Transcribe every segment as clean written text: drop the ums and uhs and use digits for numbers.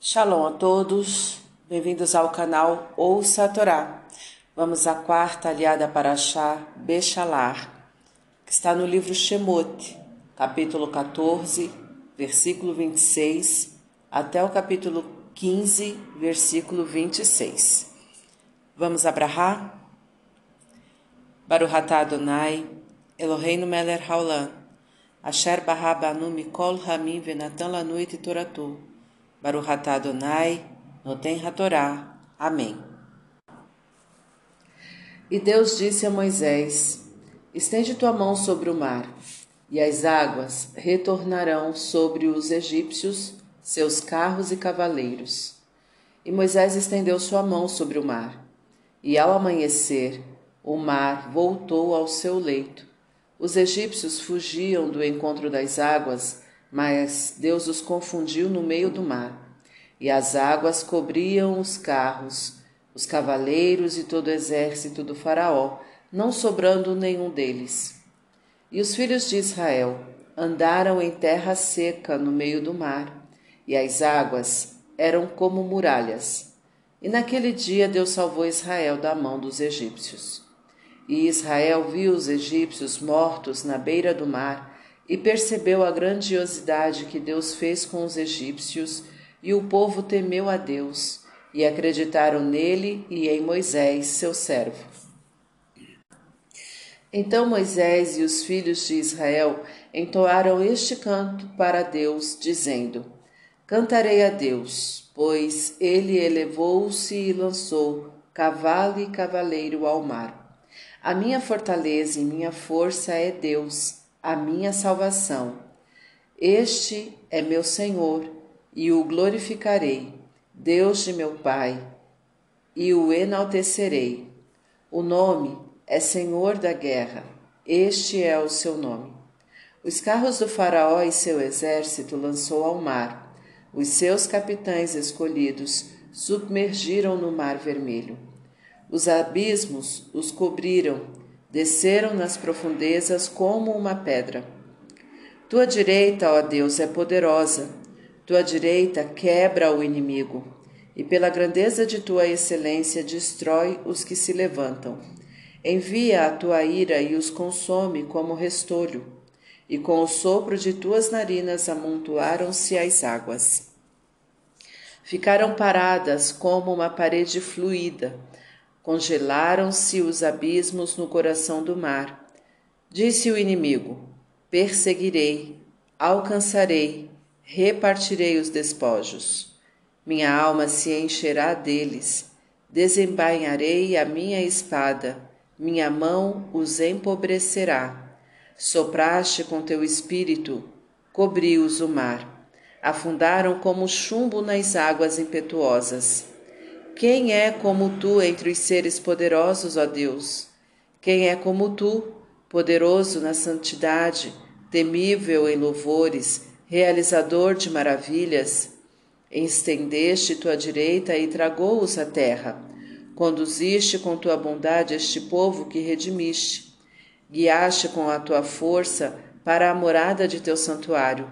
Shalom a todos, bem-vindos ao canal Ouça a Torá. Vamos à quarta aliada Parashá Bechalar, que está no livro Shemot, capítulo 14, versículo 26, até o capítulo 15, versículo 26. Vamos abrahar? Baruch atah Adonai, Eloheinu melech haolam, asher bará banu mikol hamim venatan lanu et toratu. Baruch atah Adonai, noten hatorá. Amém. E Deus disse a Moisés: estende tua mão sobre o mar, e as águas retornarão sobre os egípcios, seus carros e cavaleiros. E Moisés estendeu sua mão sobre o mar, e ao amanhecer, o mar voltou ao seu leito. Os egípcios fugiam do encontro das águas, mas Deus os confundiu no meio do mar. E as águas cobriam os carros, os cavaleiros e todo o exército do faraó, não sobrando nenhum deles. E os filhos de Israel andaram em terra seca no meio do mar, e as águas eram como muralhas. E naquele dia Deus salvou Israel da mão dos egípcios. E Israel viu os egípcios mortos na beira do mar e percebeu a grandiosidade que Deus fez com os egípcios, e o povo temeu a Deus e acreditaram nele e em Moisés, seu servo. Então Moisés e os filhos de Israel entoaram este canto para Deus, dizendo: cantarei a Deus, pois ele elevou-se e lançou cavalo e cavaleiro ao mar. A minha fortaleza e minha força é Deus, a minha salvação. Este é meu Senhor, e o glorificarei, Deus de meu Pai, e o enaltecerei. O nome é Senhor da guerra, este é o seu nome. Os carros do faraó e seu exército lançou ao mar. Os seus capitães escolhidos submergiram no mar vermelho. Os abismos os cobriram, desceram nas profundezas como uma pedra. Tua direita, ó Deus, é poderosa. Tua direita quebra o inimigo, e pela grandeza de tua excelência destrói os que se levantam. Envia a tua ira e os consome como restolho, e com o sopro de tuas narinas amontoaram-se as águas. Ficaram paradas como uma parede fluida, congelaram-se os abismos no coração do mar. Disse o inimigo: perseguirei, alcançarei, repartirei os despojos. Minha alma se encherá deles, desembainharei a minha espada, minha mão os empobrecerá. Sopraste com teu espírito, cobriu-os o mar, afundaram como chumbo nas águas impetuosas. Quem é como tu entre os seres poderosos, ó Deus? Quem é como tu, poderoso na santidade, temível em louvores, realizador de maravilhas? Estendeste tua direita e tragou-os a terra. Conduziste com tua bondade este povo que redimiste. Guiaste com a tua força para a morada de teu santuário.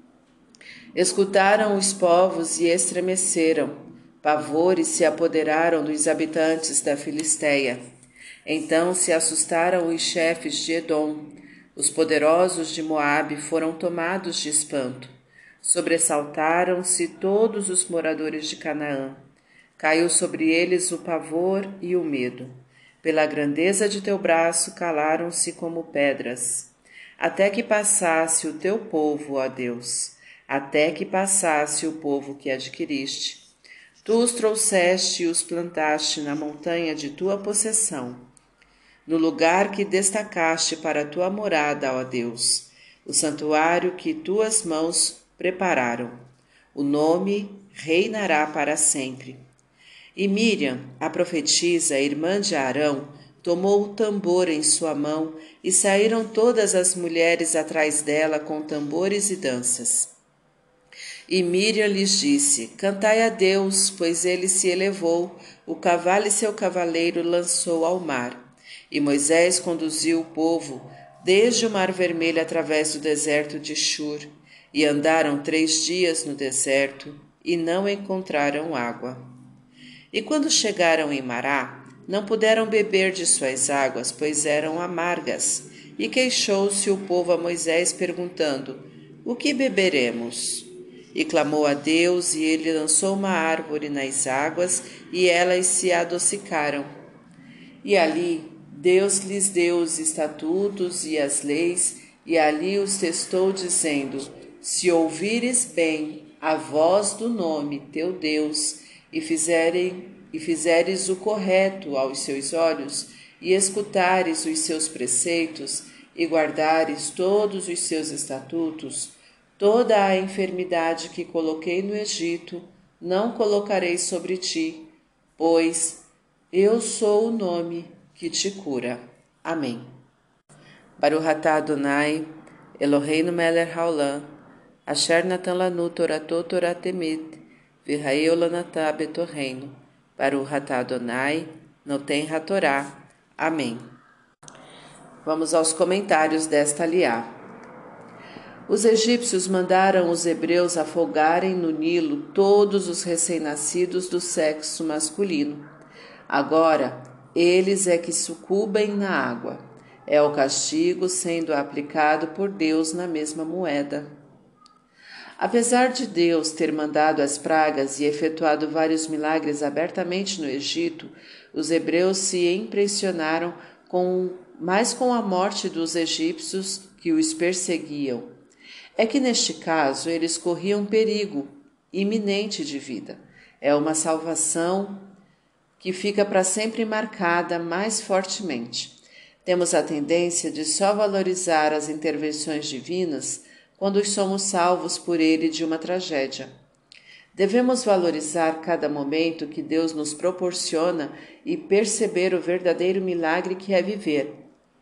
Escutaram os povos e estremeceram. Pavores se apoderaram dos habitantes da Filisteia. Então se assustaram os chefes de Edom. Os poderosos de Moabe foram tomados de espanto. Sobressaltaram-se todos os moradores de Canaã. Caiu sobre eles o pavor e o medo. Pela grandeza de teu braço calaram-se como pedras. Até que passasse o teu povo, ó Deus, até que passasse o povo que adquiriste. Tu os trouxeste e os plantaste na montanha de tua possessão, no lugar que destacaste para a tua morada, ó Deus, o santuário que tuas mãos prepararam. O nome reinará para sempre. E Miriam, a profetisa, irmã de Arão, tomou o tambor em sua mão, e saíram todas as mulheres atrás dela com tambores e danças. E Miriam lhes disse: cantai a Deus, pois ele se elevou, o cavalo e seu cavaleiro lançou ao mar. E Moisés conduziu o povo desde o Mar Vermelho através do deserto de Shur, e andaram 3 dias no deserto, e não encontraram água. E quando chegaram em Mará, não puderam beber de suas águas, pois eram amargas. E queixou-se o povo a Moisés, perguntando: O que beberemos? E clamou a Deus, e ele lançou uma árvore nas águas, e elas se adocicaram. E ali Deus lhes deu os estatutos e as leis, e ali os testou, dizendo: Se ouvires bem a voz do nome teu Deus, e fizeres o correto aos seus olhos, e escutares os seus preceitos, e guardares todos os seus estatutos, toda a enfermidade que coloquei no Egito não colocarei sobre ti, pois eu sou o nome que te cura. Amém. Baruch atah Adonai, Eloheinu melech haolam, asher natan lanu torato torat emet, v'hayeu lanatah betorreino. Baruch atah Adonai, noten hatorá. Amém. Vamos aos comentários desta aliá. Os egípcios mandaram os hebreus afogarem no Nilo todos os recém-nascidos do sexo masculino. Agora, eles é que sucumbem na água. É o castigo sendo aplicado por Deus na mesma moeda. Apesar de Deus ter mandado as pragas e efetuado vários milagres abertamente no Egito, os hebreus se impressionaram mais com a morte dos egípcios que os perseguiam. É que neste caso eles corriam perigo iminente de vida. É uma salvação que fica para sempre marcada mais fortemente. Temos a tendência de só valorizar as intervenções divinas quando somos salvos por ele de uma tragédia. Devemos valorizar cada momento que Deus nos proporciona e perceber o verdadeiro milagre que é viver.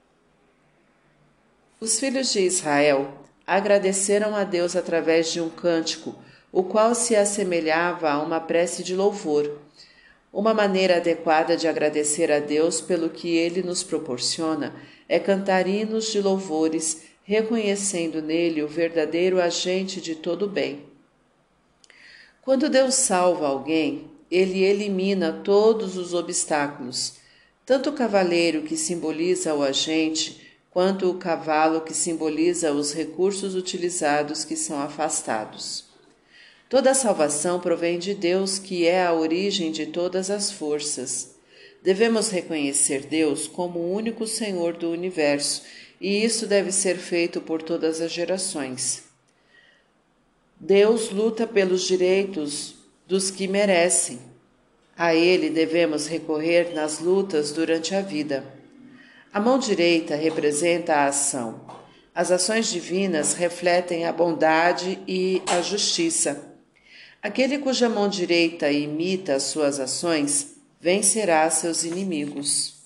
Os filhos de Israel agradeceram a Deus através de um cântico, o qual se assemelhava a uma prece de louvor. Uma maneira adequada de agradecer a Deus pelo que Ele nos proporciona é cantar hinos de louvores, reconhecendo nele o verdadeiro agente de todo o bem. Quando Deus salva alguém, Ele elimina todos os obstáculos, tanto o cavaleiro que simboliza o agente, quanto o cavalo que simboliza os recursos utilizados que são afastados. Toda a salvação provém de Deus, que é a origem de todas as forças. Devemos reconhecer Deus como o único Senhor do universo, e isso deve ser feito por todas as gerações. Deus luta pelos direitos dos que merecem. A Ele devemos recorrer nas lutas durante a vida. A mão direita representa a ação. As ações divinas refletem a bondade e a justiça. Aquele cuja mão direita imita as suas ações vencerá seus inimigos.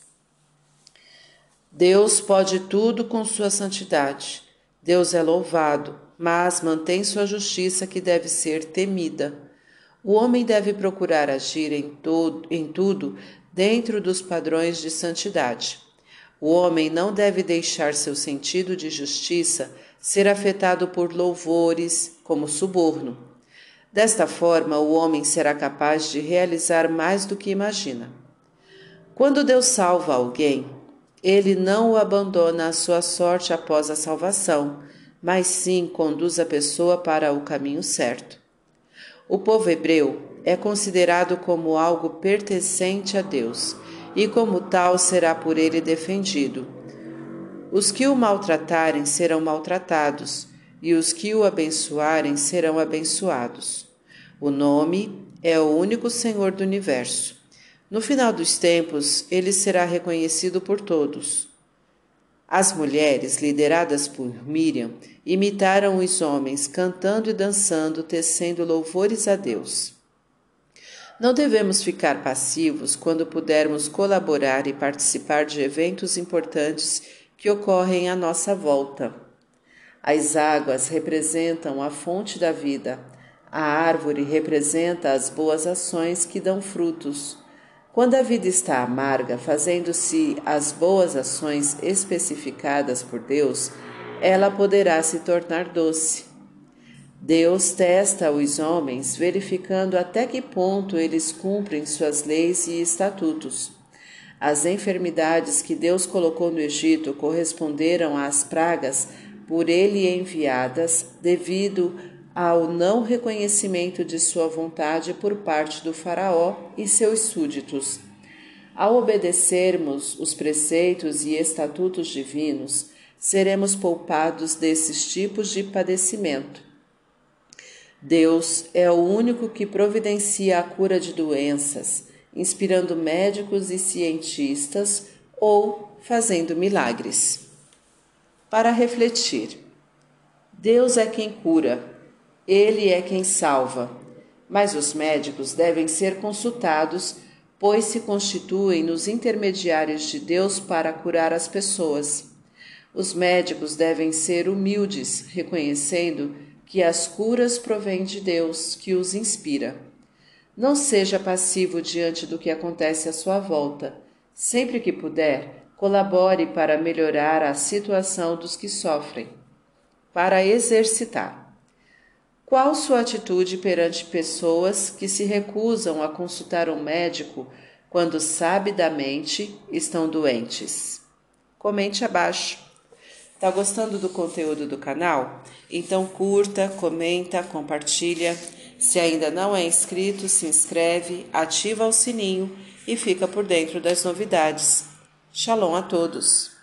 Deus pode tudo com sua santidade. Deus é louvado, mas mantém sua justiça que deve ser temida. O homem deve procurar agir em tudo dentro dos padrões de santidade. O homem não deve deixar seu sentido de justiça ser afetado por louvores como suborno. Desta forma, o homem será capaz de realizar mais do que imagina. Quando Deus salva alguém, Ele não o abandona à sua sorte após a salvação, mas sim conduz a pessoa para o caminho certo. O povo hebreu é considerado como algo pertencente a Deus, e como tal será por ele defendido. Os que o maltratarem serão maltratados, e os que o abençoarem serão abençoados. O nome é o único Senhor do universo. No final dos tempos, ele será reconhecido por todos. As mulheres, lideradas por Miriam, imitaram os homens, cantando e dançando, tecendo louvores a Deus. Não devemos ficar passivos quando pudermos colaborar e participar de eventos importantes que ocorrem à nossa volta. As águas representam a fonte da vida. A árvore representa as boas ações que dão frutos. Quando a vida está amarga, fazendo-se as boas ações especificadas por Deus, ela poderá se tornar doce. Deus testa os homens, verificando até que ponto eles cumprem suas leis e estatutos. As enfermidades que Deus colocou no Egito corresponderam às pragas por ele enviadas devido ao não reconhecimento de sua vontade por parte do faraó e seus súditos. Ao obedecermos os preceitos e estatutos divinos, seremos poupados desses tipos de padecimento. Deus é o único que providencia a cura de doenças, inspirando médicos e cientistas ou fazendo milagres. Para refletir, Deus é quem cura, Ele é quem salva, mas os médicos devem ser consultados, pois se constituem nos intermediários de Deus para curar as pessoas. Os médicos devem ser humildes, reconhecendo que as curas provêm de Deus, que os inspira. Não seja passivo diante do que acontece à sua volta. Sempre que puder, colabore para melhorar a situação dos que sofrem. Para exercitar. Qual sua atitude perante pessoas que se recusam a consultar um médico quando sabidamente estão doentes? Comente abaixo. Tá gostando do conteúdo do canal? Então curta, comenta, compartilha. Se ainda não é inscrito, se inscreve, ativa o sininho e fica por dentro das novidades. Shalom a todos!